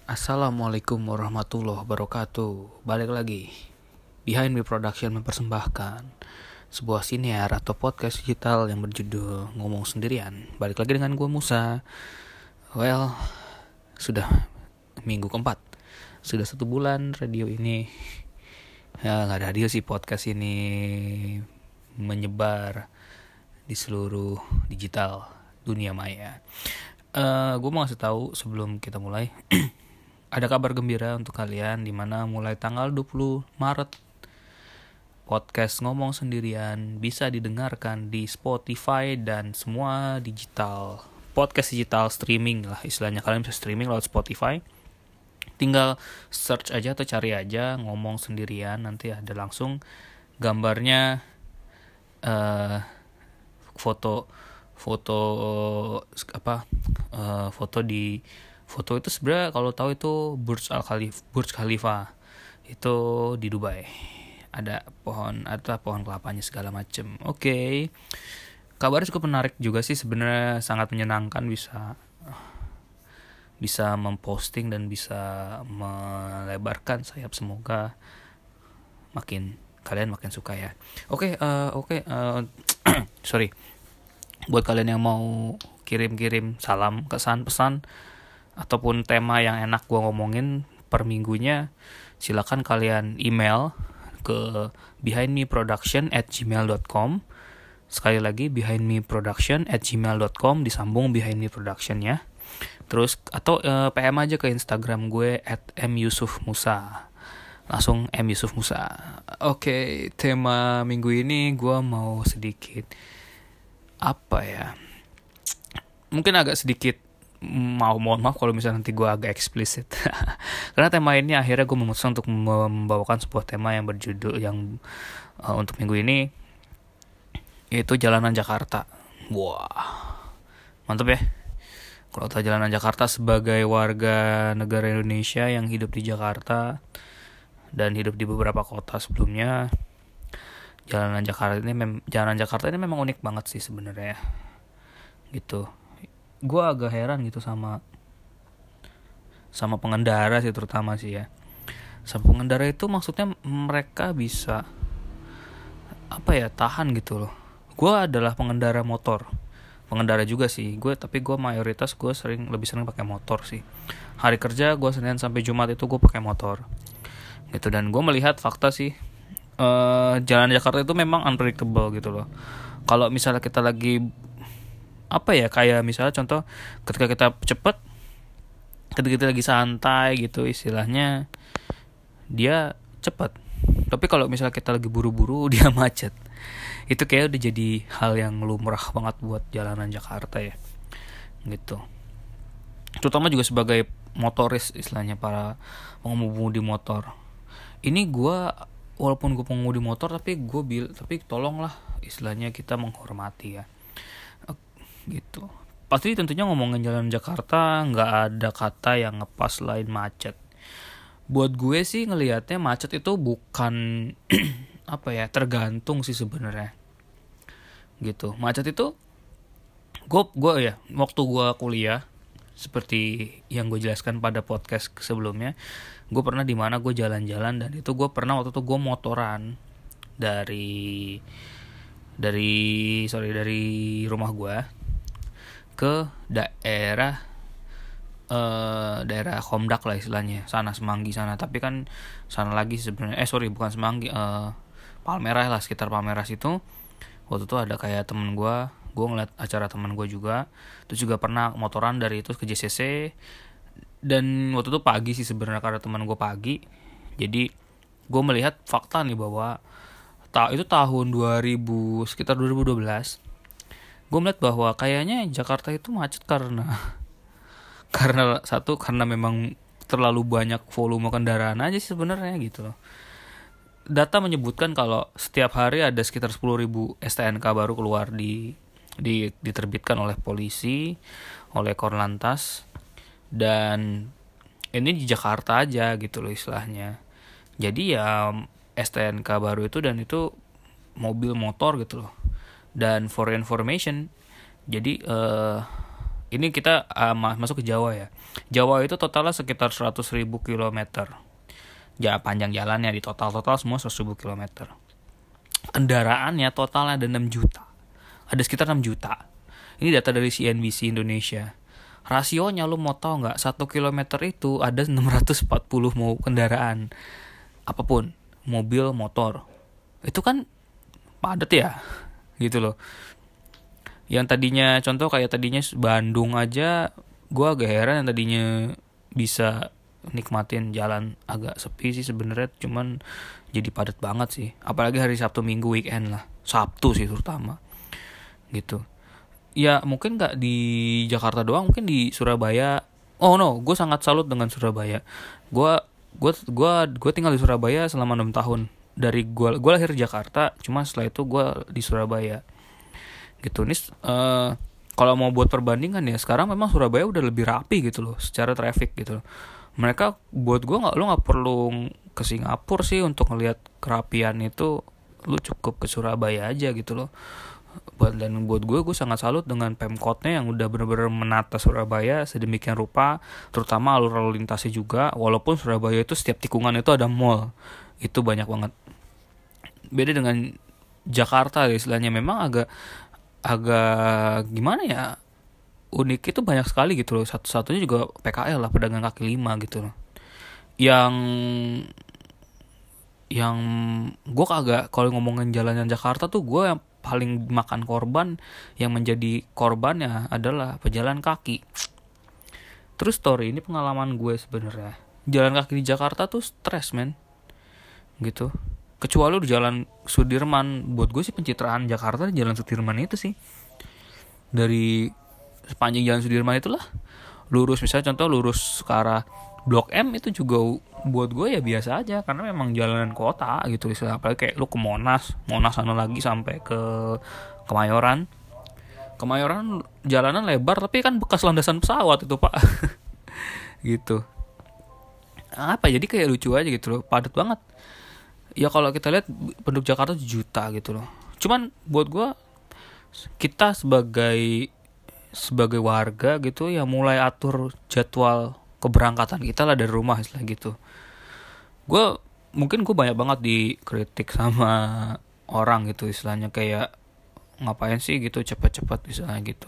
Assalamualaikum warahmatullahi wabarakatuh. Balik lagi. Behind Me Production mempersembahkan sebuah siniar atau podcast digital yang berjudul Ngomong Sendirian. Balik lagi dengan gue Musa. Well, sudah minggu keempat. Sudah 1 bulan radio ini. Ya gak ada adil sih, podcast ini menyebar di seluruh digital dunia maya. Gue mau kasih tahu sebelum kita mulai. Ada kabar gembira untuk kalian, dimana mulai tanggal 20 Maret podcast Ngomong Sendirian bisa didengarkan di Spotify dan semua digital podcast digital streaming lah istilahnya. Kalian bisa streaming lewat Spotify, tinggal search aja atau cari aja Ngomong Sendirian, nanti ada langsung gambarnya, foto itu sebenarnya kalau tahu itu Burj Khalifa itu di Dubai. Ada pohon kelapanya segala macem. Oke. Kabarnya cukup menarik juga sih sebenarnya, sangat menyenangkan bisa memposting dan bisa melebarkan sayap. Semoga kalian makin suka ya. Oke. Sorry. Buat kalian yang mau kirim salam, kesan, pesan ataupun tema yang enak gue ngomongin per minggunya, silakan kalian email ke behindmeproduction@gmail.com. Sekali lagi behindmeproduction@gmail.com, disambung Behind Me Production ya. Terus atau PM aja ke Instagram gue @myusufmusa. Langsung myusufmusa. Oke, tema minggu ini gue mau sedikit mungkin agak sedikit mohon maaf kalau misalnya nanti gue agak eksplisit. Karena tema ini akhirnya gue memutuskan untuk membawakan sebuah tema yang berjudul untuk minggu ini, yaitu jalanan Jakarta. Wah, mantap ya. Kalau tahu jalanan Jakarta, sebagai warga negara Indonesia yang hidup di Jakarta dan hidup di beberapa kota sebelumnya, jalanan Jakarta ini memang unik banget sih sebenarnya. Gitu. Gue agak heran gitu sama pengendara sih, terutama sih ya. Sama pengendara itu maksudnya mereka bisa tahan gitu loh. Gue adalah pengendara motor, pengendara juga sih gue, tapi gue mayoritas lebih sering pakai motor sih. Hari kerja gue Senin sampai Jumat itu gue pakai motor gitu. Dan gue melihat fakta sih, jalan Jakarta itu memang unpredictable gitu loh. Kalau misalnya kita lagi kayak misalnya contoh ketika kita cepet, ketika kita lagi santai gitu istilahnya, dia cepet. Tapi kalau misalnya kita lagi buru-buru, dia macet. Itu kayak udah jadi hal yang lumrah banget buat jalanan Jakarta ya gitu. Terutama juga sebagai motoris istilahnya, para pengemudi motor. Ini walaupun gue pengemudi motor, tapi tolonglah istilahnya kita menghormati ya gitu. Pasti tentunya ngomongin jalan Jakarta nggak ada kata yang ngepas lain macet. Buat gue sih ngelihatnya macet itu bukan tergantung sih sebenarnya gitu. Macet itu gue ya waktu gue kuliah, seperti yang gue jelaskan pada podcast sebelumnya, gue pernah di mana gue jalan-jalan, dan itu gue pernah waktu itu gue motoran dari rumah gue ke daerah Komdak lah istilahnya, sana Semanggi sana. Tapi kan sana lagi sebenarnya bukan Semanggi, Palmerah lah, sekitar Palmerah situ. Waktu itu ada kayak temen gue ngeliat acara temen gue juga. Terus juga pernah motoran dari itu ke JCC. Dan waktu itu pagi sih sebenarnya, karena teman gue pagi. Jadi gue melihat fakta nih bahwa itu tahun sekitar 2012. Gue melihat bahwa kayaknya Jakarta itu macet karena memang terlalu banyak volume kendaraan aja sih sebenarnya gitu loh. Data menyebutkan kalau setiap hari ada sekitar 10.000 STNK baru keluar diterbitkan oleh polisi, oleh Korlantas, dan ini di Jakarta aja gitu loh istilahnya. Jadi ya STNK baru itu, dan itu mobil motor gitu loh. Dan for information, jadi Ini kita masuk ke Jawa ya. Jawa itu totalnya sekitar 100.000 kilometer. Ya panjang jalannya di total semua 100.000 kilometer. Kendaraannya totalnya ada 6 juta. Ada sekitar 6 juta. Ini data dari CNBC Indonesia. Rasionya lu mau tau nggak? 1 kilometer itu ada 640 mau kendaraan. Apapun, mobil, motor. Itu kan padat ya. Gitu loh. Yang tadinya contoh kayak tadinya Bandung aja, gue agak heran yang tadinya bisa nikmatin jalan agak sepi sih sebenarnya, cuman jadi padat banget sih. Apalagi hari Sabtu Minggu weekend lah, Sabtu sih terutama gitu. Ya mungkin nggak di Jakarta doang, mungkin di Surabaya. Oh no, gue sangat salut dengan Surabaya. Gue tinggal di Surabaya selama 6 tahun. Dari gue lahir di Jakarta, cuma setelah itu gue di Surabaya gitu. Ini kalau mau buat perbandingan ya, sekarang memang Surabaya udah lebih rapi gitu loh secara traffic gitu loh. Mereka buat gue lu nggak perlu ke Singapura sih untuk ngelihat kerapian itu, lu cukup ke Surabaya aja gitu loh. Dan buat gue sangat salut dengan Pemkotnya yang udah benar-benar menata Surabaya sedemikian rupa, terutama alur lalu lintasnya juga. Walaupun Surabaya itu setiap tikungan itu ada mall, itu banyak banget. Beda dengan Jakarta istilahnya, memang agak gimana ya, unik itu banyak sekali gitu loh. Satu-satunya juga PKL lah, pedagang kaki lima gitu loh. Yang gue kagak, kalau ngomongin jalanan Jakarta tuh, gue yang paling makan korban, yang menjadi korbannya adalah pejalan kaki. Terus story ini pengalaman gue sebenarnya. Jalan kaki di Jakarta tuh stres men, gitu. Kecuali di Jalan Sudirman, buat gue sih pencitraan Jakarta di Jalan Sudirman itu sih. Dari sepanjang Jalan Sudirman itulah, lurus misalnya contoh lurus ke arah Blok M itu juga buat gue ya biasa aja, karena memang jalanan kota gitu. Apalagi kayak lu ke Monas sana lagi sampai ke Kemayoran jalanan lebar tapi kan bekas landasan pesawat itu pak. Gitu. Apa jadi kayak lucu aja gitu loh, padat banget. Ya kalau kita lihat penduduk Jakarta juta gitu loh. Cuman buat gue, kita sebagai warga gitu ya mulai atur jadwal keberangkatan kita lah dari rumah istilah gitu. Mungkin gue banyak banget dikritik sama orang gitu istilahnya, kayak ngapain sih gitu cepet-cepet istilahnya gitu.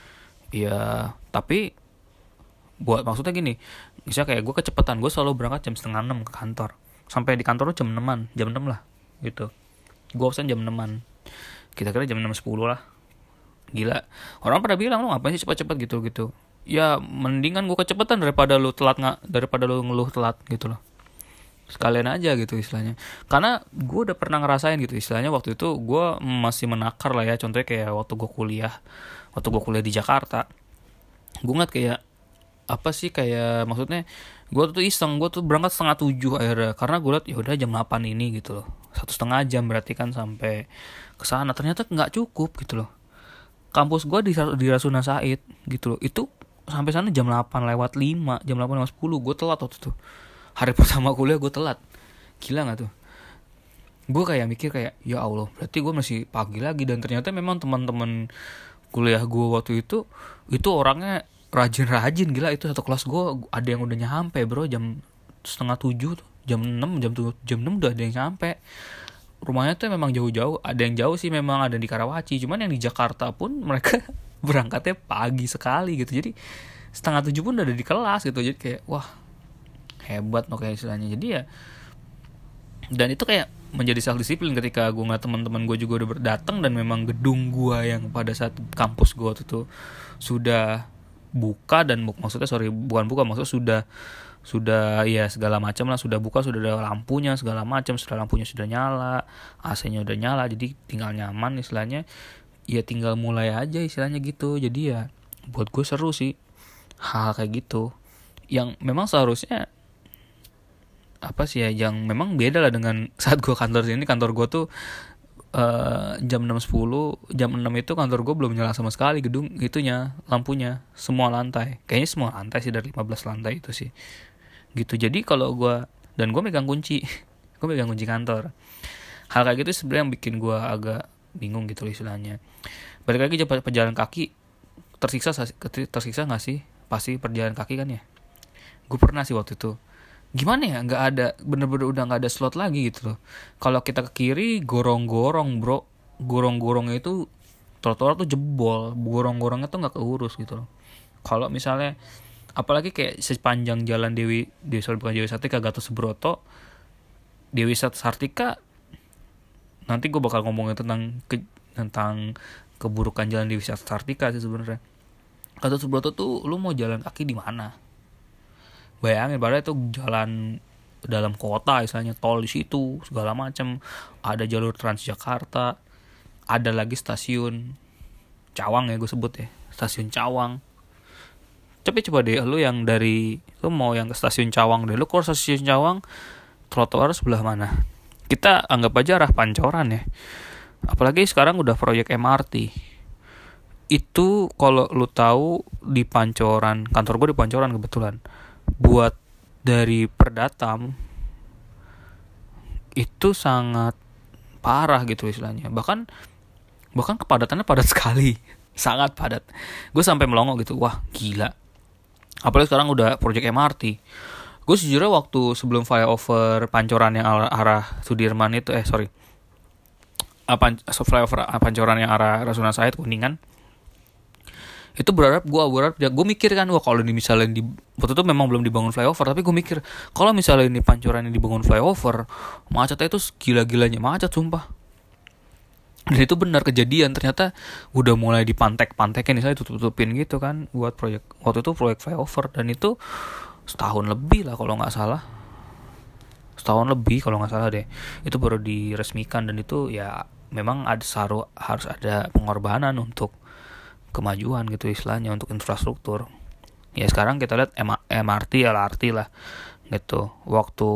Ya tapi maksudnya gini, misalnya kayak gue kecepatan, gue selalu berangkat jam 5:30 ke kantor. Sampai di kantor tuh jam 6 lah gitu. Gue absen jam 6, kira-kira jam 6:10 lah. Gila, orang pada bilang lu ngapain sih cepet-cepet gitu. Ya mendingan gue kecepatan daripada lu ngeluh telat gitu loh. Sekalian aja gitu istilahnya. Karena gue udah pernah ngerasain gitu istilahnya, waktu itu gue masih menakar lah ya. Contohnya kayak waktu gue kuliah di Jakarta, gue ngeliat kayak apa sih, kayak maksudnya gue tuh iseng, gue tuh berangkat 6:30 akhirnya, karena gue liat ya udah jam 8 ini gitu loh, 1,5 jam berarti kan sampai ke sana. Ternyata nggak cukup gitu loh. Kampus gue di Rasuna Said gitu loh, itu sampai sana jam 8:05, jam 8:10 gue telat waktu itu. Hari pertama kuliah gue telat. Gila gak tuh? Gue kayak mikir kayak ya Allah, berarti gue masih pagi lagi. Dan ternyata memang teman-teman kuliah gue waktu itu orangnya rajin. Gila, itu satu kelas gue ada yang udah nyampe bro jam 6:30 tuh. Jam 6 udah ada yang nyampe. Rumahnya tuh memang jauh-jauh. Ada yang jauh sih memang, ada di Karawaci. Cuman yang di Jakarta pun mereka berangkatnya pagi sekali gitu. Jadi 6:30 pun udah ada di kelas gitu. Jadi kayak wah hebat loh kayak istilahnya. Jadi ya, dan itu kayak menjadi self disiplin ketika gue ngeliat teman-teman gue juga udah berdatang, dan memang gedung gue yang pada saat kampus gue tuh sudah buka, dan maksudnya sudah ya segala macam lah, sudah buka, sudah ada lampunya segala macam, sudah lampunya sudah nyala, AC-nya udah nyala, jadi tinggal nyaman istilahnya. Ya tinggal mulai aja istilahnya gitu. Jadi ya buat gue seru sih hal kayak gitu, yang memang seharusnya apa sih ya, yang memang beda lah dengan saat gue kantor sini. Kantor gue tuh jam 6:10, jam 6 itu kantor gue belum nyala sama sekali gedung itunya, lampunya semua lantai, kayaknya semua lantai sih, dari 15 lantai itu sih gitu. Jadi kalau gue megang kunci gue megang kunci kantor. Hal kayak gitu sebenarnya yang bikin gue agak bingung gitu istilahnya. Balik lagi pejalan kaki, tersiksa nggak sih pasti perjalanan kaki kan ya. Gue pernah sih waktu itu, gimana ya, nggak ada, bener-bener udah nggak ada slot lagi gitu loh. Kalau kita ke kiri gorong-gorong bro, gorong-gorongnya itu trotoar tuh jebol, gorong-gorongnya tuh nggak keurus gitu loh. Kalau misalnya apalagi kayak sepanjang jalan bukan Dewi Sartika, Gatot Subroto, Dewi Sartika, nanti gue bakal ngomongin tentang keburukan jalan Dewi Sartika sih sebenarnya. Gatot Subroto tuh lu mau jalan kaki di mana? Bayangin, padahal itu jalan dalam kota, misalnya tol di situ segala macam, ada jalur Transjakarta, ada lagi stasiun Cawang ya gue sebut ya, stasiun Cawang. Tapi coba deh lu mau yang ke stasiun Cawang deh, lu keluar stasiun Cawang, trotoar sebelah mana? Kita anggap aja arah Pancoran ya. Apalagi sekarang udah proyek MRT. Itu kalau lu tahu di Pancoran, kantor gue di Pancoran kebetulan. Buat dari Perdatam itu sangat parah gitu istilahnya. Bahkan kepadatannya padat sekali. Sangat padat. Gue sampai melongo gitu. Wah, gila. Apalagi sekarang udah proyek MRT. Gue sejujurnya waktu sebelum flyover Pancoran yang arah Sudirman itu flyover Pancoran yang arah Rasuna Said Kuningan, itu gue mikir kan, wah kalau ini misalnya waktu itu memang belum dibangun flyover, tapi gue mikir kalau misalnya ini Pancoran ini dibangun flyover, macetnya itu gila-gilanya macet sumpah. Dan itu benar kejadian, ternyata udah mulai dipantek-pantekin, misalnya tutupin gitu kan buat proyek flyover. Dan itu setahun lebih kalau nggak salah deh itu baru diresmikan. Dan itu ya memang harus ada pengorbanan untuk kemajuan gitu istilahnya, untuk infrastruktur. Ya sekarang kita lihat MRT, LRT lah gitu. Waktu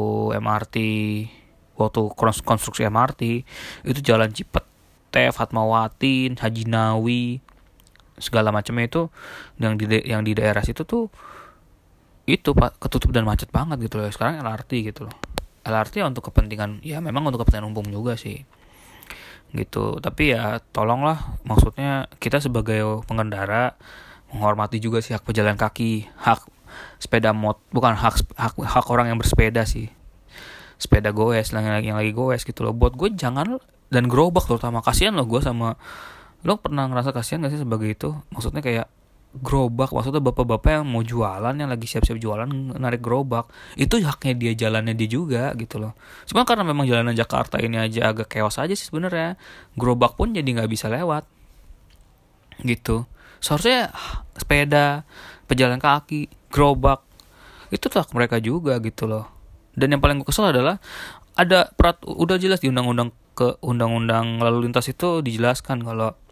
konstruksi MRT itu jalan Cipete, Fatmawati, Haji Nawi segala macamnya itu yang di daerah situ tuh itu ketutup dan macet banget gitu loh. Sekarang LRT gitu loh. LRT untuk kepentingan, ya memang untuk kepentingan umum juga sih gitu. Tapi ya tolonglah, maksudnya kita sebagai pengendara menghormati juga sih hak pejalan kaki, hak sepeda bukan hak orang yang bersepeda sih, sepeda goes yang lagi goes gitu loh. Buat gue jangan, dan gerobak terutama, kasihan loh gue sama lo. Pernah ngerasa kasihan gak sih sebagai itu? Maksudnya kayak gerobak, maksudnya bapak-bapak yang mau jualan, yang lagi siap-siap jualan narik gerobak, itu haknya dia, jalannya dia juga gitu loh. Cuma karena memang jalanan Jakarta ini aja agak chaos aja sih sebenarnya, gerobak pun jadi nggak bisa lewat gitu. Seharusnya sepeda, pejalan kaki, gerobak itu tuh hak mereka juga gitu loh. Dan yang paling gue kesel adalah ada udah jelas di undang-undang lalu lintas itu dijelaskan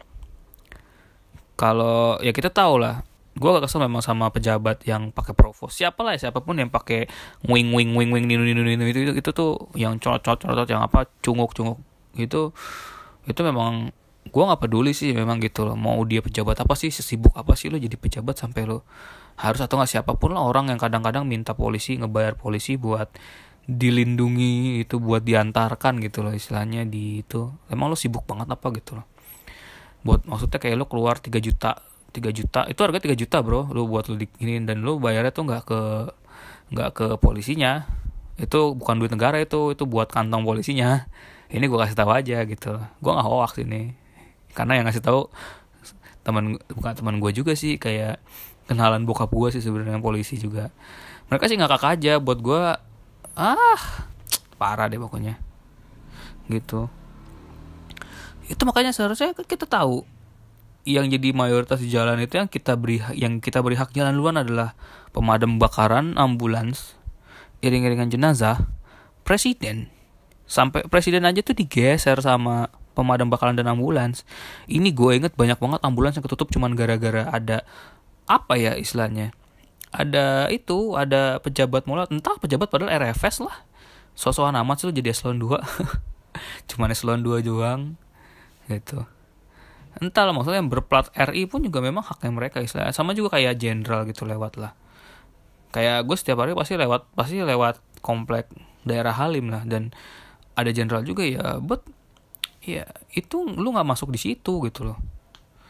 kalau ya kita tahu lah. Gue gak kesel memang sama pejabat yang pakai provos, siapapun yang pakai wing itu tuh, yang corot yang cunguk itu memang gue nggak peduli sih memang gitu loh. Mau dia pejabat apa sih, sesibuk apa sih lo jadi pejabat sampai lo harus, atau nggak siapapun lah orang yang kadang-kadang minta polisi, ngebayar polisi buat dilindungi, itu buat diantarkan gitu loh istilahnya di itu. Emang lo sibuk banget apa gitu loh. Buat maksudnya kayak lo keluar 3 juta itu harga 3 juta bro, lo buat lo ini, dan lo bayarnya tuh nggak ke polisinya, itu bukan duit negara, itu buat kantong polisinya. Ini gue kasih tahu aja gitu, gue nggak hoax ini, karena yang ngasih tahu bukan teman gue juga sih, kayak kenalan bokap gue sih sebenarnya, polisi juga. Mereka sih ngakak aja, buat gue parah deh pokoknya gitu. Itu makanya seharusnya kita tahu yang jadi mayoritas di jalan itu yang kita beri hak jalan duluan adalah pemadam kebakaran, ambulans, iring-iringan jenazah, presiden. Sampai presiden aja tuh digeser sama pemadam kebakaran dan ambulans. Ini gue inget banyak banget ambulans yang ketutup cuman gara-gara ada apa ya istilahnya, ada pejabat mulat, entah pejabat padahal RFS lah, sosokan amat sih lo jadi eselon 2 cuman eselon 2 doang gitu. Entah lah, maksudnya yang berplat RI pun juga memang haknya mereka istilahnya. Sama juga kayak jenderal gitu, lewat lah. Kayak gue setiap hari pasti lewat komplek daerah Halim lah, dan ada jenderal juga ya, but ya itu lu nggak masuk di situ gitu loh.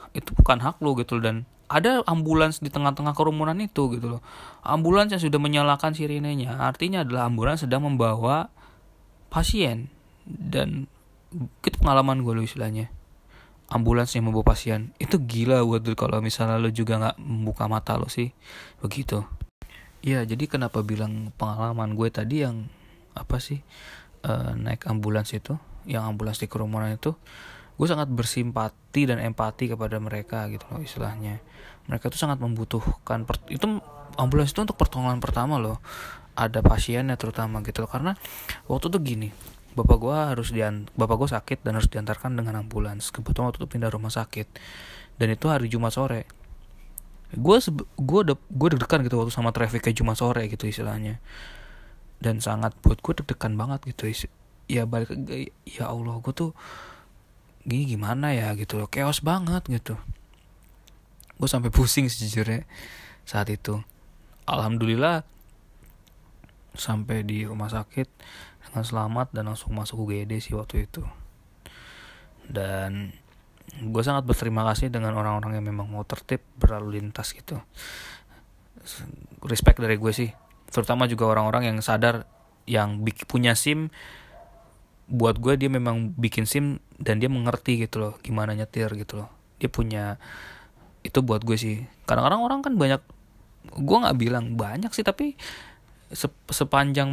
itu bukan hak lo gitu loh. Dan ada ambulans di tengah-tengah kerumunan itu gitu loh. Ambulans yang sudah menyalakan sirenenya, artinya adalah ambulans sedang membawa pasien. Dan itu pengalaman gue lo istilahnya, ambulans yang membawa pasien itu gila buat lo kalau misalnya lo juga nggak membuka mata lo sih begitu. Iya, jadi kenapa bilang pengalaman gue tadi yang apa sih, naik ambulans itu, yang ambulans di kerumunan itu, gue sangat bersimpati dan empati kepada mereka gitu loh istilahnya. Mereka tuh sangat membutuhkan itu ambulans itu untuk pertolongan pertama loh. Ada pasiennya terutama gitu loh. Karena waktu itu gini, bapak gue sakit dan harus diantarkan dengan ambulans. Kebetulan waktu itu pindah rumah sakit dan itu hari Jumat sore. Gue deg-degan gitu waktu sama traffic kayak Jumat sore gitu istilahnya. Dan sangat buat gue deg-degan banget gitu. Ya balik ya Allah, gue tuh gimana ya gitu loh, chaos banget gitu. Gue sampai pusing sejujurnya saat itu. Alhamdulillah sampai di rumah sakit dengan selamat dan langsung masuk UGD sih waktu itu. Dan gue sangat berterima kasih dengan orang-orang yang memang mau tertib berlalu lintas gitu. Respect dari gue sih, terutama juga orang-orang yang sadar, yang punya SIM. Buat gue dia memang bikin SIM dan dia mengerti gitu loh gimana nyetir gitu loh. Dia punya itu buat gue sih. Kadang-kadang orang kan banyak, gue nggak bilang banyak sih, tapi sepanjang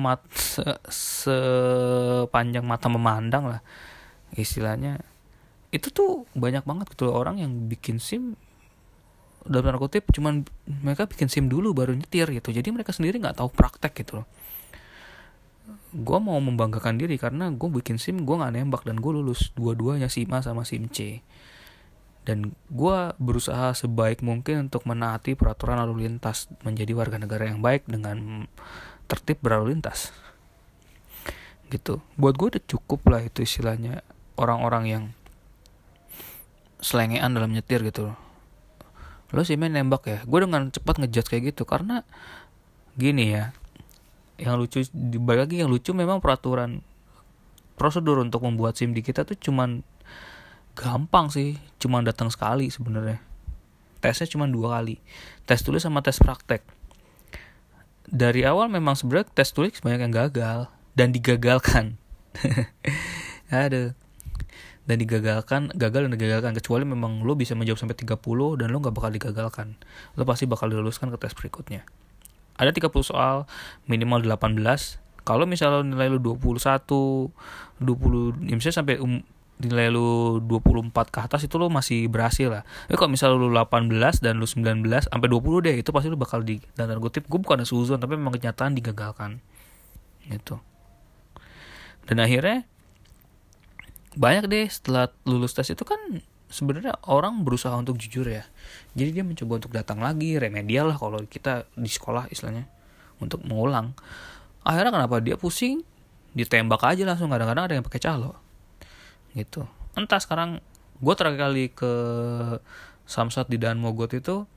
mata memandang lah istilahnya, itu tuh banyak banget gitu loh orang yang bikin SIM dalam tanda kutip, cuman mereka bikin SIM dulu baru nyetir gitu. Jadi mereka sendiri nggak tahu praktek gitu loh. Gue mau membanggakan diri karena gue bikin SIM, gue gak nembak, dan gue lulus dua-duanya, SIM A sama SIM C. Dan gue berusaha sebaik mungkin untuk menaati peraturan lalu lintas, menjadi warga negara yang baik dengan tertib berlalu lintas gitu. Buat gue udah cukup lah itu istilahnya, orang-orang yang selengean dalam nyetir gitu loh. Lo SIM-nya nembak ya, gue dengan cepat ngejudge kayak gitu. Karena gini ya, yang lucu dibalik lagi, yang lucu memang prosedur untuk membuat SIM di kita tuh cuman gampang sih, cuman datang sekali sebenarnya. Tesnya cuman 2 kali, tes tulis sama tes praktek. Dari awal memang sebenarnya tes tulis banyak yang gagal dan digagalkan. Aduh. Dan gagal dan digagalkan, kecuali memang lo bisa menjawab sampai 30 dan lo gak bakal digagalkan. Lo pasti bakal diluluskan ke tes berikutnya. Ada 30 soal, minimal 18. Kalau misalnya nilai lu 21, 20, ya misalnya sampai nilai lu 24 ke atas, itu lu masih berhasil lah. Tapi kalau misalnya lu 18 dan lu 19 sampai 20 deh, itu pasti lu bakal dan tanda kutip, gue bukan suzon, tapi memang kenyataan digagalkan gitu. Dan akhirnya banyak deh setelah lulus tes itu kan sebenarnya orang berusaha untuk jujur ya. Jadi dia mencoba untuk datang lagi, remedial lah kalau kita di sekolah istilahnya, untuk mengulang. Akhirnya kenapa dia pusing, ditembak aja langsung. Kadang-kadang ada yang pakai calo gitu. Entah sekarang, gue terakhir kali ke Samsat di Daan Mogot itu,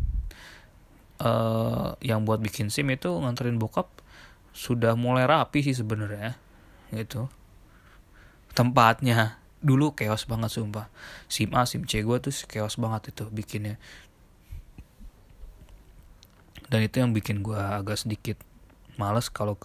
yang buat bikin SIM itu nganterin bokap, sudah mulai rapi sih sebenarnya gitu. Tempatnya dulu chaos banget sumpah. SIM A, SIM C gue tuh chaos banget itu bikinnya. Dan itu yang bikin gue agak sedikit males kalau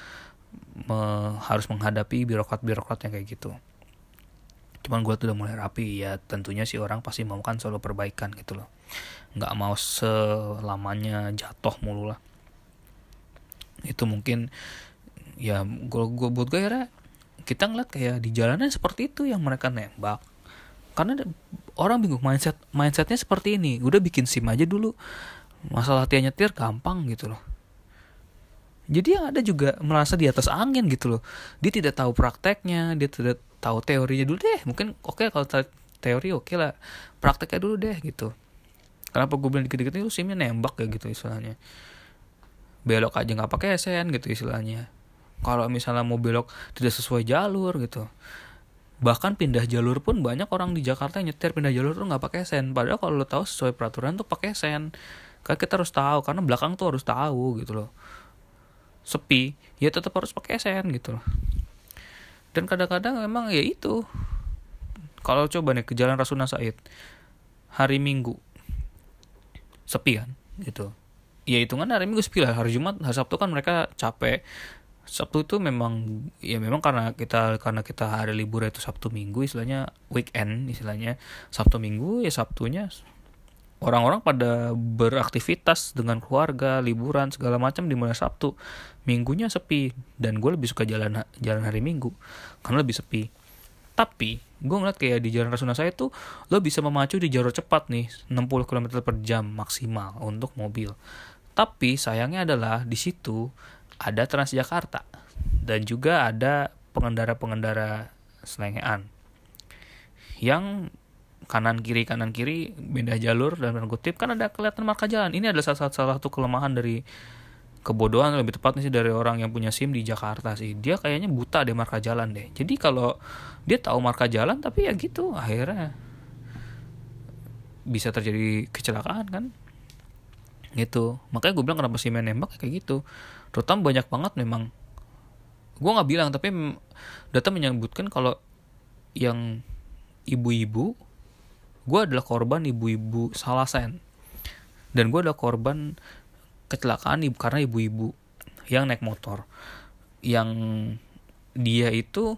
harus menghadapi birokrat-birokrat yang kayak gitu. Cuman gue tuh udah mulai rapi, ya tentunya sih orang pasti mau kan selalu perbaikan gitu loh. Gak mau selamanya jatuh mulu lah. Itu mungkin ya buat gue akhirnya kita ngeliat kayak di jalanan seperti itu yang mereka nembak. Karena orang bingung, mindsetnya seperti ini. Udah bikin SIM aja dulu, masalah latihan nyetir gampang gitu loh. Jadi yang ada juga merasa di atas angin gitu loh. Dia tidak tahu prakteknya, dia tidak tahu teorinya dulu deh. Mungkin oke, kalau teori oke lah, prakteknya dulu deh gitu. Kenapa gue bilang dikit-dikit itu SIM-nya nembak ya gitu istilahnya. Belok aja gak pakai sen gitu istilahnya. Kalau misalnya mau belok tidak sesuai jalur gitu. Bahkan pindah jalur pun banyak orang di Jakarta yang nyetir pindah jalur tuh gak pakai sen. Padahal kalau lo tahu sesuai peraturan tuh pakai sen. Karena kita harus tahu, karena belakang tuh harus tahu gitu loh. Sepi, ya tetap harus pakai sen gitu loh. Dan kadang-kadang memang ya itu. Kalau coba nih ke Jalan Rasuna Said, hari Minggu sepi kan gitu. Ya hitungan hari Minggu sepi lah. Hari Jumat, hari Sabtu kan mereka capek. Sabtu itu memang karena kita hari libur itu Sabtu Minggu, istilahnya weekend, istilahnya Sabtu Minggu ya Sabtunya orang-orang pada beraktivitas dengan keluarga, liburan segala macam di mana Sabtu. Minggunya sepi, dan gue lebih suka jalan hari Minggu karena lebih sepi. Tapi gue ngeliat kayak di Jalan Rasuna Said tuh lo bisa memacu di jalur cepat nih 60 km per jam maksimal untuk mobil. Tapi sayangnya adalah di situ ada Transjakarta dan juga ada pengendara-pengendara selengean yang kanan kiri beda jalur, dan kutip kan ada kelihatan marka jalan. Ini adalah salah satu kelemahan dari kebodohan, lebih tepatnya sih dari orang yang punya SIM di Jakarta sih. Dia kayaknya buta deh marka jalan deh. Jadi kalau dia tahu marka jalan tapi ya gitu, akhirnya bisa terjadi kecelakaan kan gitu. Makanya gue bilang kenapa sih main nembak kayak gitu. Terutama banyak banget memang, gue nggak bilang tapi data menyebutkan kalau yang ibu-ibu, gue adalah korban ibu-ibu Salasen, dan gue adalah korban kecelakaan karena ibu-ibu yang naik motor, yang dia itu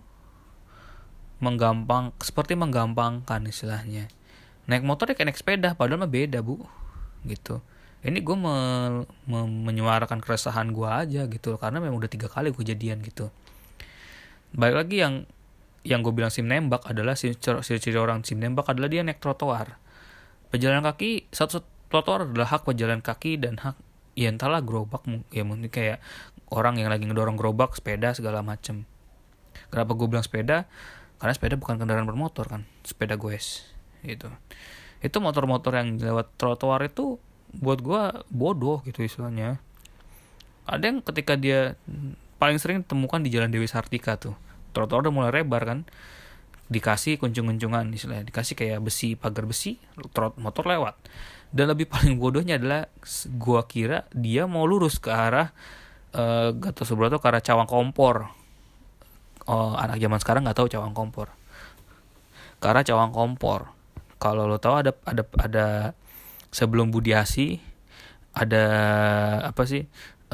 seperti menggampangkan istilahnya. Naik motor ya kayak naik sepeda, padahal mah beda bu, gitu. Ini gue menyuarakan keresahan gue aja gitu, karena memang udah 3 kali kejadian gitu. Balik lagi yang gue bilang SIM nembak adalah ciri orang SIM nembak adalah dia naik trotoar. Pejalan kaki, satu trotoar adalah hak pejalan kaki dan hak ya entahlah gerobak, ya mungkin kayak orang yang lagi ngedorong gerobak, sepeda segala macem. Kenapa gue bilang sepeda? Karena sepeda bukan kendaraan bermotor kan, sepeda goes gitu. Itu motor-motor yang lewat trotoar itu buat gue bodoh gitu istilahnya. Ada yang ketika dia paling sering ditemukan di Jalan Dewi Sartika tuh, trotoar udah mulai lebar kan, dikasih kuncung-kuncungan istilahnya, dikasih kayak besi, pagar besi, motor lewat. Dan lebih paling bodohnya adalah gua kira dia mau lurus ke arah Gatot Subroto, ke arah Cawang Kompor. Anak zaman sekarang nggak tahu Cawang Kompor. Ke arah Cawang Kompor. Kalau lo tahu ada sebelum Budiasi ada apa sih?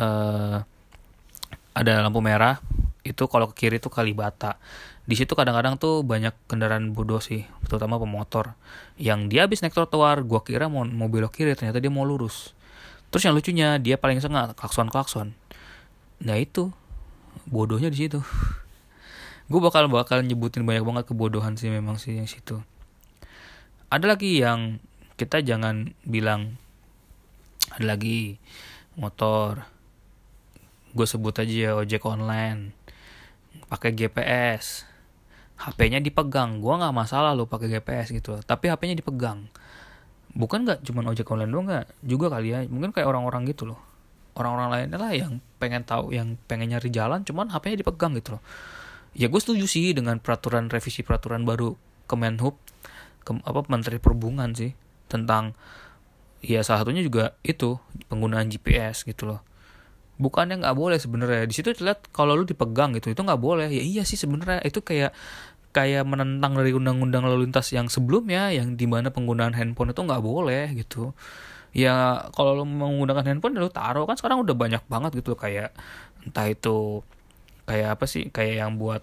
Ada lampu merah. Itu kalau ke kiri itu Kalibata. Di situ kadang-kadang tuh banyak kendaraan bodoh sih, terutama pemotor. Yang dia habis naik trotoar, gua kira mau belok kiri, ternyata dia mau lurus. Terus yang lucunya dia paling sengak klakson. Nah itu bodohnya di situ. Gue bakal nyebutin banyak banget kebodohan sih memang sih yang situ. Ada lagi yang kita jangan bilang, ada lagi motor. Gue sebut aja ojek online. Pakai GPS, HP-nya dipegang. Gue nggak masalah lo pakai GPS gitu, tapi HP-nya dipegang. Bukan nggak cuma ojek online doang, nggak juga kali ya. Mungkin kayak orang-orang gitu loh, orang-orang lainnya lah yang pengen tahu, yang pengen nyari jalan, cuman HP-nya dipegang gitu loh. Ya gue setuju sih dengan revisi peraturan baru Kemenhub, Menteri Perhubungan sih, tentang ya salah satunya juga itu penggunaan GPS gitu loh. Bukannya nggak boleh sebenarnya, di situ terlihat kalau lu dipegang gitu itu nggak boleh. Ya iya sih sebenarnya itu kayak menentang dari undang-undang lalu lintas yang sebelumnya, yang dimana penggunaan handphone itu nggak boleh gitu. Ya kalau lu menggunakan handphone lu taruh, kan sekarang udah banyak banget gitu kayak entah itu kayak apa sih, kayak yang buat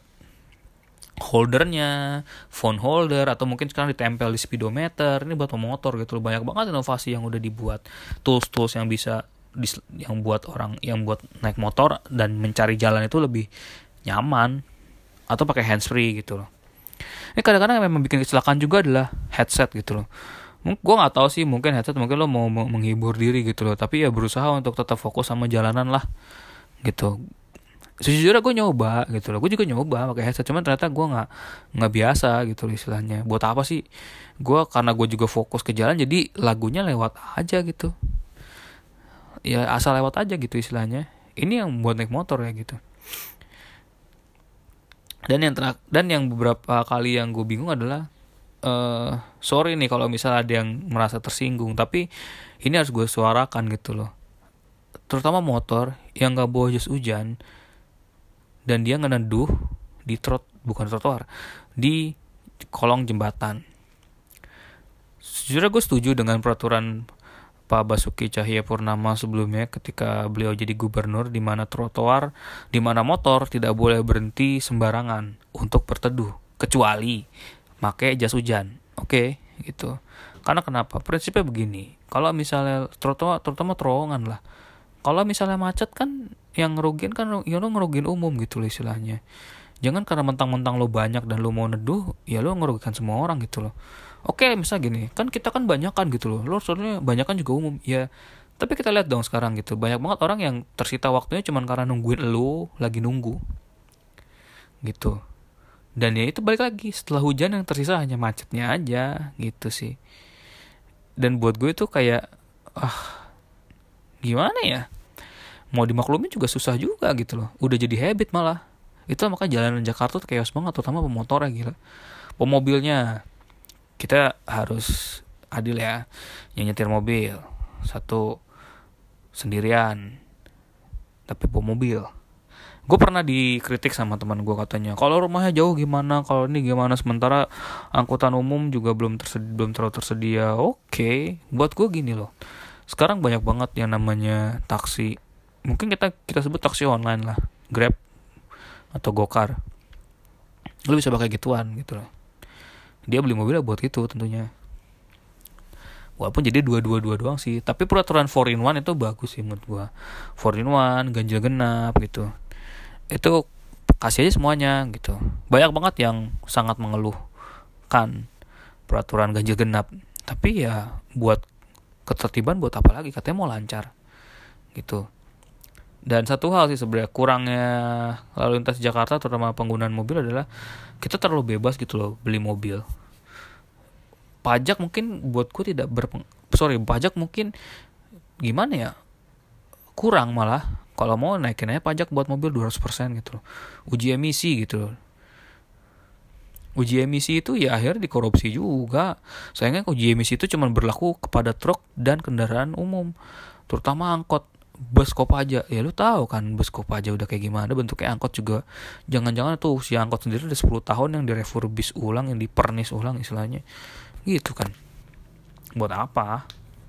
holdernya, phone holder, atau mungkin sekarang ditempel di speedometer. Ini buat pemotor gitu loh. Banyak banget inovasi yang udah dibuat, tools yang bisa yang buat orang yang buat naik motor dan mencari jalan itu lebih nyaman, atau pakai handsfree gitu loh. Ini kadang-kadang memang bikin kecelakaan juga adalah headset gitu loh. Gue nggak tahu sih, mungkin headset mungkin lo mau menghibur diri gitu loh, tapi ya berusaha untuk tetap fokus sama jalanan lah gitu. Sejujurnya gue nyoba gitu loh, gue juga nyoba pakai headset, cuman ternyata gue nggak biasa gitu loh istilahnya. Buat apa sih? Karena gue juga fokus ke jalan, jadi lagunya lewat aja gitu. Ya asal lewat aja gitu istilahnya. Ini yang buat naik motor ya gitu. Dan yang beberapa kali yang gue bingung adalah sorry nih kalau misalnya ada yang merasa tersinggung, tapi ini harus gue suarakan gitu loh. Terutama motor yang gak bawa jas hujan dan dia ngeneduh di bukan trotoar, di kolong jembatan. Sejujurnya gue setuju dengan peraturan Pak Basuki Cahayapurnama sebelumnya ketika beliau jadi gubernur, di mana trotoar, di mana motor tidak boleh berhenti sembarangan untuk berteduh kecuali pakai jas hujan. Oke, gitu. Karena kenapa? Prinsipnya begini. Kalau misalnya trotoar, terutama terowongan lah. Kalau misalnya macet kan yang ngerugiin kan ya lo ngerugiin umum gitu loh istilahnya. Jangan karena mentang-mentang lo banyak dan lo mau neduh, ya lo ngerugikan semua orang gitu loh. Oke, misal gini, kan kita kan banyak kan gitu loh. Lo soalnya banyak kan juga umum. Ya, tapi kita lihat dong sekarang gitu. Banyak banget orang yang tersita waktunya cuman karena nungguin lo lagi nunggu. Gitu. Dan ya itu balik lagi, setelah hujan yang tersisa hanya macetnya aja gitu sih. Dan buat gue itu kayak gimana ya? Mau dimaklumin juga susah juga gitu loh. Udah jadi habit malah. Itu makanya jalanan Jakarta tuh chaos banget, terutama pemotornya gila. Pemobilnya kita harus adil ya. Yang nyetir mobil satu sendirian tapi bawa mobil. Gue pernah dikritik sama teman gue, katanya kalau rumahnya jauh gimana, kalau ini gimana, sementara angkutan umum juga belum terlalu tersedia. Oke, buat gue gini loh. Sekarang banyak banget yang namanya taksi. Mungkin kita sebut taksi online lah, Grab atau Gokar. Lu bisa pakai gituan gitu loh. Dia beli mobilnya buat itu tentunya. Walaupun jadi dua doang sih, tapi peraturan 4-in-1 itu bagus sih menurut gua. 4-in-1, ganjil genap gitu. Itu kasih aja semuanya gitu. Banyak banget yang sangat mengeluhkan peraturan ganjil genap. Tapi ya buat ketertiban buat apa lagi, katanya mau lancar gitu. Dan satu hal sih sebenarnya kurangnya lalu lintas Jakarta terutama penggunaan mobil adalah kita terlalu bebas gitu loh beli mobil. Pajak mungkin buatku tidak pajak mungkin gimana ya, kurang malah. Kalau mau naikin aja pajak buat mobil 200% gitu loh. Uji emisi gitu loh. Uji emisi itu ya akhirnya dikorupsi juga. Sayangnya uji emisi itu cuma berlaku kepada truk dan kendaraan umum, terutama angkot. Bus Kopaja, ya lu tahu kan bus Kopaja udah kayak gimana bentuknya. Angkot juga jangan-jangan tuh si angkot sendiri udah 10 tahun yang direfurbish ulang, yang dipernis ulang istilahnya gitu kan. Buat apa?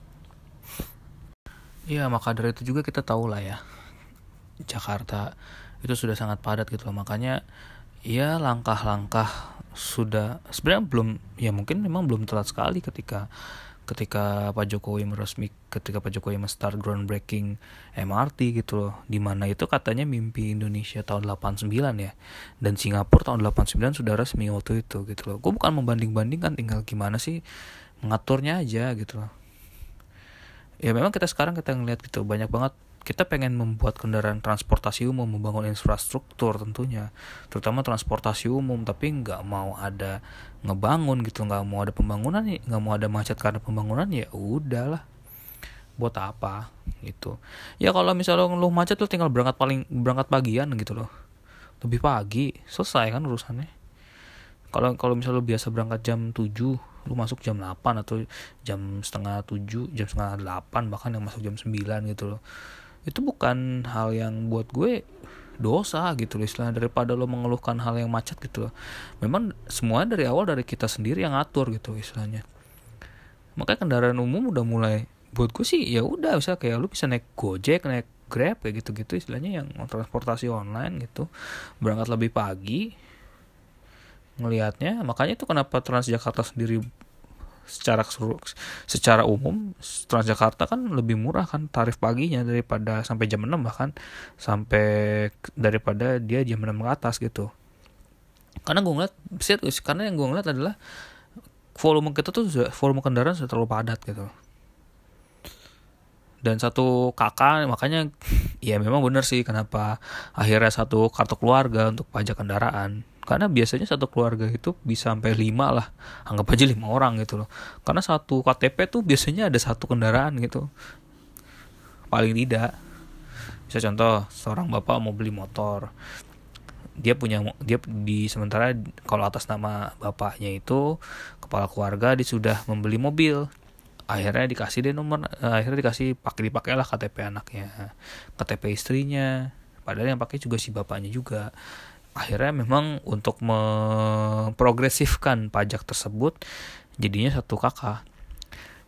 Ya maka dari itu juga kita tahu lah ya, Jakarta itu sudah sangat padat gitu loh. Makanya ya langkah-langkah sudah sebenarnya belum, ya mungkin memang belum telat sekali ketika Pak Jokowi start groundbreaking MRT gitu loh, dimana itu katanya mimpi Indonesia tahun 89 ya, dan Singapura tahun 89 sudah resmi waktu itu gitu loh. Gue bukan membanding-bandingkan, tinggal gimana sih mengaturnya aja gitu loh. Ya memang kita ngeliat gitu banyak banget, kita pengen membuat kendaraan transportasi umum, membangun infrastruktur tentunya, terutama transportasi umum, tapi nggak mau ada ngebangun gitu, nggak mau ada pembangunan, nggak mau ada macet karena pembangunan, ya udahlah buat apa gitu. Ya kalau misalnya lu macet lu tinggal berangkat pagian gitu loh, lebih pagi selesai kan urusannya. Kalau misalnya lu biasa berangkat jam 7, lu masuk jam 8 atau jam setengah 7, jam setengah 8, bahkan yang masuk jam 9 gitu loh. Itu bukan hal yang buat gue dosa gitu loh istilahnya, daripada lo mengeluhkan hal yang macet gitu loh. Memang semua dari awal dari kita sendiri yang ngatur gitu istilahnya. Makanya kendaraan umum udah mulai, buat gue sih ya udah, bisa kayak lu bisa naik Gojek, naik Grab kayak gitu-gitu istilahnya, yang transportasi online gitu, berangkat lebih pagi ngelihatnya. Makanya itu kenapa Transjakarta sendiri secara umum Transjakarta kan lebih murah kan tarif paginya daripada sampai jam 6, bahkan sampai daripada dia jam 6 ke atas gitu. Karena yang gue ngeliat adalah volume kendaraan sudah terlalu padat gitu. Dan satu kakak, makanya ya memang benar sih kenapa akhirnya satu kartu keluarga untuk pajak kendaraan. Karena biasanya satu keluarga itu bisa sampai 5 lah, anggap aja 5 orang gitu loh. Karena satu KTP tuh biasanya ada satu kendaraan gitu, paling tidak. Bisa contoh, seorang bapak mau beli motor, dia sementara kalau atas nama bapaknya itu kepala keluarga, dia sudah membeli mobil. Akhirnya dikasih dipakailah KTP anaknya, KTP istrinya, padahal yang pakai juga si bapaknya juga. Akhirnya memang untuk memprogresifkan pajak tersebut jadinya satu kakak.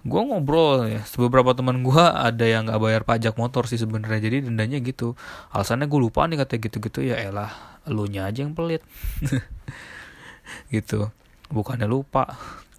Gue ngobrol ya, beberapa teman gue ada yang nggak bayar pajak motor sih sebenarnya, jadi dendanya gitu. Alasannya gue lupa nih katanya gitu-gitu, ya elah, elunya aja yang pelit. Gitu, bukannya lupa.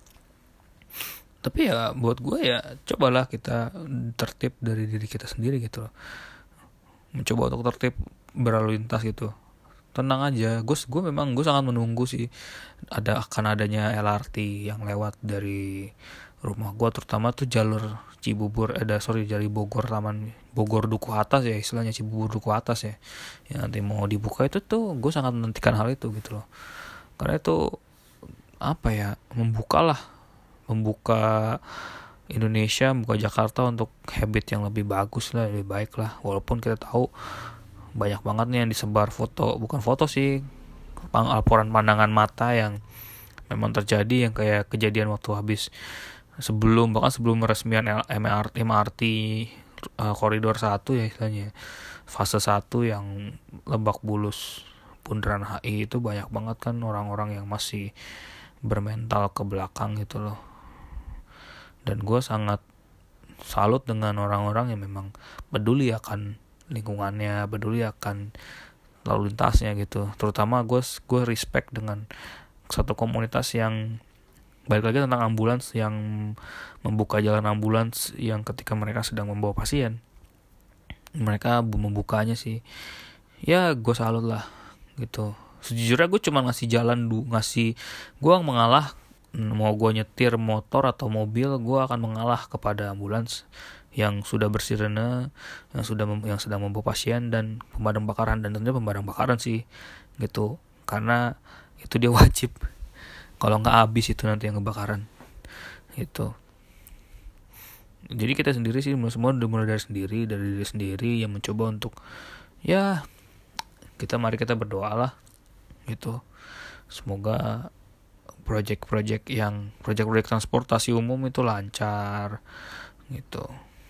Tapi ya buat gue ya cobalah kita tertib dari diri kita sendiri gitu loh. Mencoba untuk tertib berlalu lintas gitu. Tenang aja, gue memang gue sangat menunggu sih akan adanya LRT yang lewat dari rumah gue, terutama tuh jalur Cibubur, dari Bogor Duku Atas ya, istilahnya Cibubur Duku Atas ya, yang nanti mau dibuka itu tuh gue sangat menantikan hal itu gitu loh, karena itu apa ya, membuka Indonesia, membuka Jakarta untuk habit yang lebih bagus lah, lebih baik lah. Walaupun kita tahu banyak banget nih yang disebar bukan foto sih, laporan pandangan mata yang memang terjadi, yang kayak kejadian waktu bahkan sebelum peresmian MRT koridor 1 ya istilahnya, fase 1 yang Lebak Bulus Bundaran HI, itu banyak banget kan orang-orang yang masih bermental ke belakang gitu loh. Dan gue sangat salut dengan orang-orang yang memang peduli akan lingkungannya, peduli akan lalu lintasnya gitu. Terutama gue respect dengan satu komunitas yang balik lagi tentang ambulans, yang membuka jalan ambulans yang ketika mereka sedang membawa pasien, mereka membukanya sih, ya gue salut lah gitu. Sejujurnya gue cuma gue mengalah, mau gue nyetir motor atau mobil, gue akan mengalah kepada ambulans yang sudah bersirene, yang sedang membawa pasien, dan pemadam kebakaran, dan tentunya pemadam kebakaran sih gitu, karena itu dia wajib. Kalau nggak habis itu nanti yang kebakaran itu. Jadi kita sendiri sih semua mulai dari diri sendiri yang mencoba untuk ya mari kita berdoa lah gitu. Semoga proyek transportasi umum itu lancar gitu,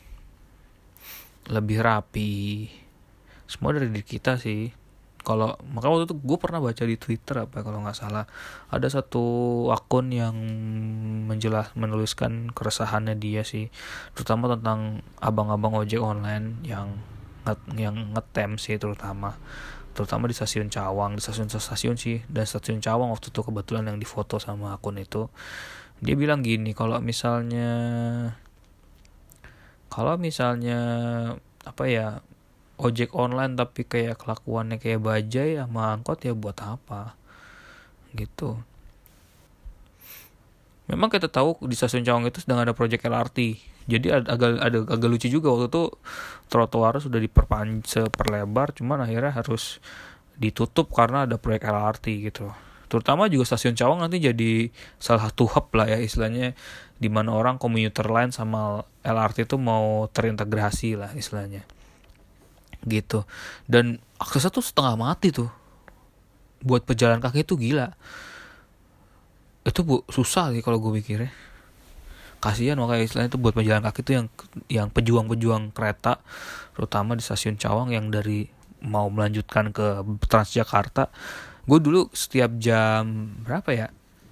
lebih rapi, semua dari diri kita sih. Maka waktu itu gue pernah baca di Twitter kalau nggak salah, ada satu akun yang menuliskan keresahannya dia sih, terutama tentang abang-abang ojek online yang ngetem sih, terutama di stasiun Cawang, di stasiun sih, dan stasiun Cawang waktu itu kebetulan yang difoto sama akun itu. Dia bilang gini, kalau misalnya apa ya, ojek online tapi kayak kelakuannya kayak bajai sama angkot, ya buat apa gitu. Memang kita tahu di stasiun Cawang itu sedang ada proyek LRT, jadi agak lucu juga waktu itu trotoar sudah seperlebar, cuman akhirnya harus ditutup karena ada proyek LRT gitu. Terutama juga stasiun Cawang nanti jadi salah satu hub lah ya istilahnya, di mana orang komuter line sama LRT itu mau terintegrasi lah istilahnya gitu. Dan aksesnya tuh setengah mati tuh, buat pejalan kaki itu gila. Itu susah sih kalau gue mikirnya, kasihan makanya istilahnya itu buat pejalan kaki itu yang pejuang kereta, terutama di stasiun Cawang yang dari mau melanjutkan ke Transjakarta. Gue dulu setiap jam berapa ya,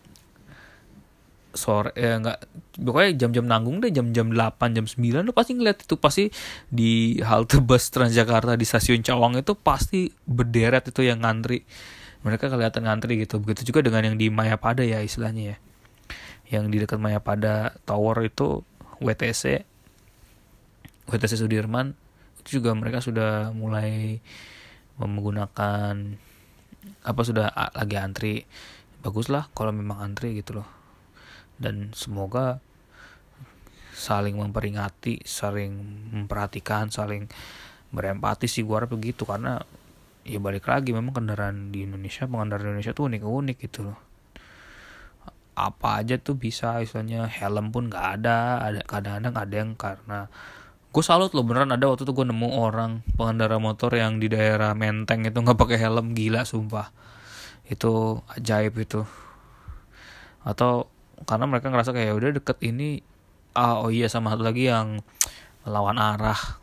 sore pokoknya jam-jam nanggung deh, jam 8 jam 9 lo pasti ngeliat itu, pasti di halte bus Transjakarta di stasiun Cawang itu pasti berderet itu yang ngantri, mereka kelihatan ngantri gitu. Begitu juga dengan yang di Mayapada ya istilahnya ya, yang di dekat Mayapada Tower itu, WTC Sudirman, itu juga mereka sudah mulai menggunakan sudah lagi antri. Bagus lah kalau memang antri gitu loh. Dan semoga saling memperingati, saling memperhatikan, saling berempati sih, gue harap begitu. Karena ya balik lagi, memang pengendara di Indonesia tuh unik-unik gitu loh. Apa aja tuh bisa, istilahnya helm pun gak ada kadang-kadang ada yang, karena gue salut loh beneran, ada waktu itu gue nemu orang pengendara motor yang di daerah Menteng itu gak pakai helm, gila sumpah, itu ajaib itu. Atau karena mereka ngerasa kayak udah deket ini, sama satu lagi yang melawan arah.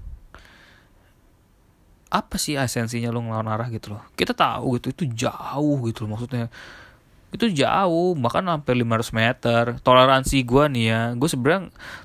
Apa sih esensinya lo ngelawan arah gitu loh? Kita tahu gitu, itu jauh gitu loh, maksudnya itu jauh, bahkan sampai 500 meter. Toleransi gue nih ya, gue sebenarnya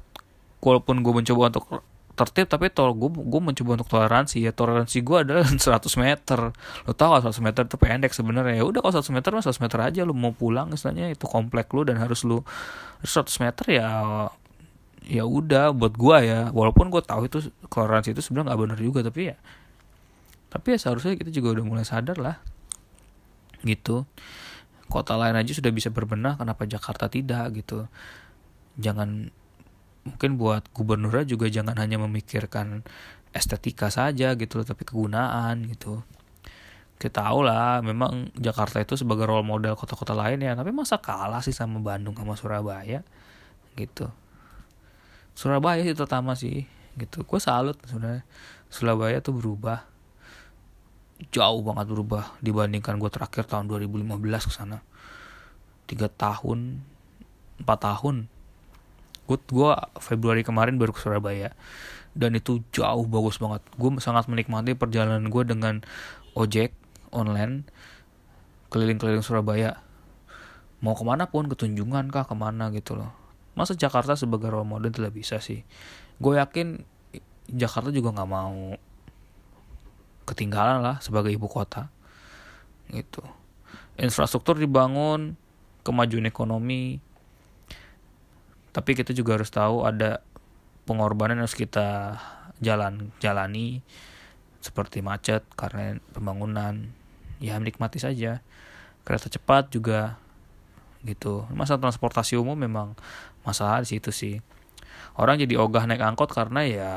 walaupun gue mencoba untuk tertib, tapi gue mencoba untuk toleransi. Ya toleransi gue adalah 100 meter. Lo tau gak 100 meter itu pendek sebenarnya. Ya udah, kalau 100 meter mah 100 meter aja. Lo mau pulang istilahnya itu komplek lo dan harus 100 meter ya udah buat gue ya. Walaupun gue tahu itu toleransi itu sebenarnya nggak benar juga, tapi ya seharusnya kita juga udah mulai sadar lah gitu. Kota lain aja sudah bisa berbenah, kenapa Jakarta tidak gitu. Jangan, mungkin buat gubernurnya juga jangan hanya memikirkan estetika saja gitu loh, tapi kegunaan gitu. Kita tahu lah memang Jakarta itu sebagai role model kota-kota lain ya, tapi masa kalah sih sama Bandung sama Surabaya gitu. Surabaya sih terutama sih gitu. Gue salut sebenarnya, Surabaya tuh berubah jauh banget, berubah dibandingkan gue terakhir tahun 2015 ke sana. 3 tahun 4 tahun gue Februari kemarin baru ke Surabaya, dan itu jauh bagus banget. Gue sangat menikmati perjalanan gue dengan ojek online keliling-keliling Surabaya, mau kemana pun, ke Tunjungan kah, kemana gitu loh. Masa Jakarta sebagai role model tidak bisa sih? Gue yakin Jakarta juga gak mau ketinggalan lah sebagai ibu kota gitu. Infrastruktur dibangun, kemajuan ekonomi, tapi kita juga harus tahu ada pengorbanan yang harus kita jalani seperti macet karena pembangunan. Ya nikmati saja. Kereta cepat juga gitu. Masalah transportasi umum memang masalah di situ sih. Orang jadi ogah naik angkot karena ya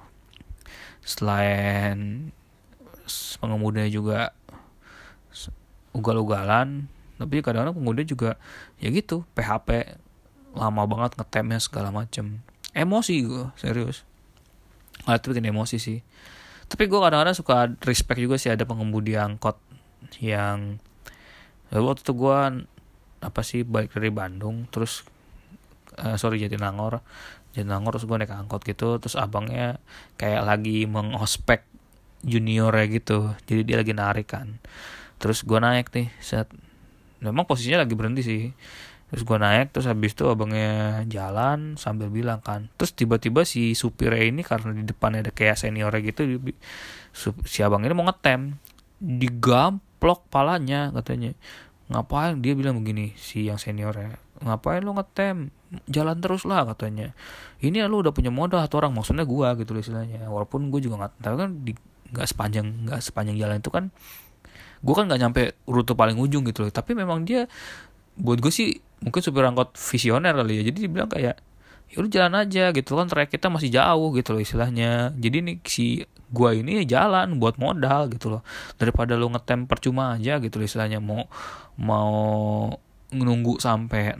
selain pengemudanya juga ugal-ugalan, tapi kadang-kadang pengemudi juga ya gitu, PHP lama banget ngetemnya segala macem. Emosi gue, serius. Itu bikin emosi sih. Tapi gue kadang-kadang suka respect juga sih ada pengemudi angkot yang waktu itu gue balik dari Bandung terus Jatinangor terus gue naik angkot gitu, terus abangnya kayak lagi mengospek juniornya gitu, jadi dia lagi narik kan. Terus gue naik nih, memang posisinya lagi berhenti sih. Terus gue naik, terus habis itu abangnya jalan sambil bilang kan. Terus tiba-tiba si supirnya ini karena di depannya ada kayak seniornya gitu, si abang ini mau ngetem, digamplok palanya katanya. Ngapain, dia bilang begini si yang seniornya, ngapain lu ngetem, jalan terus lah katanya. Ini lu udah punya modal satu orang, maksudnya gue gitu istilahnya. Walaupun gue juga nggak tahu kan, nggak sepanjang jalan itu kan gue kan nggak nyampe rute paling ujung gitu loh. Tapi memang dia, buat gue sih mungkin supir angkot visioner kali ya, jadi dia bilang kayak ya udah jalan aja gitu kan, trayek kita masih jauh gitu loh istilahnya. Jadi nih si gue ini jalan buat modal gitu loh, daripada lo ngetem percuma aja gitu loh istilahnya. Mau nunggu sampai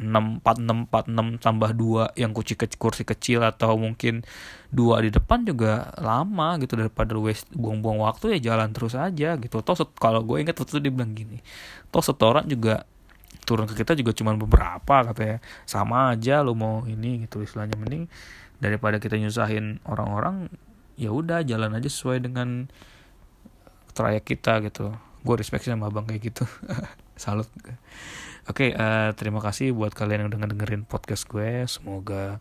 46 tambah 2 yang kursi kecil atau mungkin 2 di depan juga lama gitu, daripada buang-buang waktu ya jalan terus aja gitu. Kalau gue ingat waktu itu dia bilang gini, setoran juga turun ke kita juga cuma beberapa katanya, sama aja lo mau ini gitu istilahnya. Mending daripada kita nyusahin orang-orang, ya udah jalan aja sesuai dengan trayek kita gitu. Gue respect sama abang kayak gitu. Salut. Oke, terima kasih buat kalian yang udah dengerin podcast gue. Semoga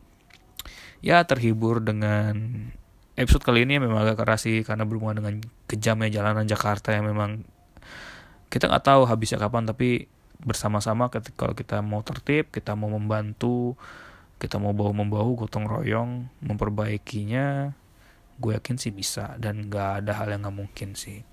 ya terhibur dengan episode kali ini. Memang agak keras sih karena berhubungan dengan kejamnya jalanan Jakarta yang memang kita nggak tahu habisnya kapan. Tapi bersama-sama kalau kita mau tertib, kita mau membantu, kita mau bahu-membahu, gotong royong memperbaikinya, gue yakin sih bisa, dan nggak ada hal yang nggak mungkin sih.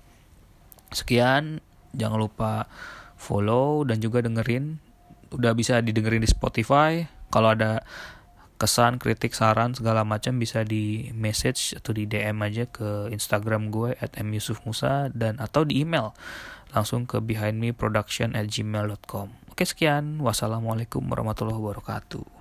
Sekian, jangan lupa follow dan juga dengerin. Udah bisa didengerin di Spotify. Kalau ada kesan, kritik, saran segala macam bisa di message atau di DM aja ke Instagram gue @myusufmusa, dan atau di email langsung ke behindmeproduction@gmail.com. Oke, sekian. Wassalamualaikum warahmatullahi wabarakatuh.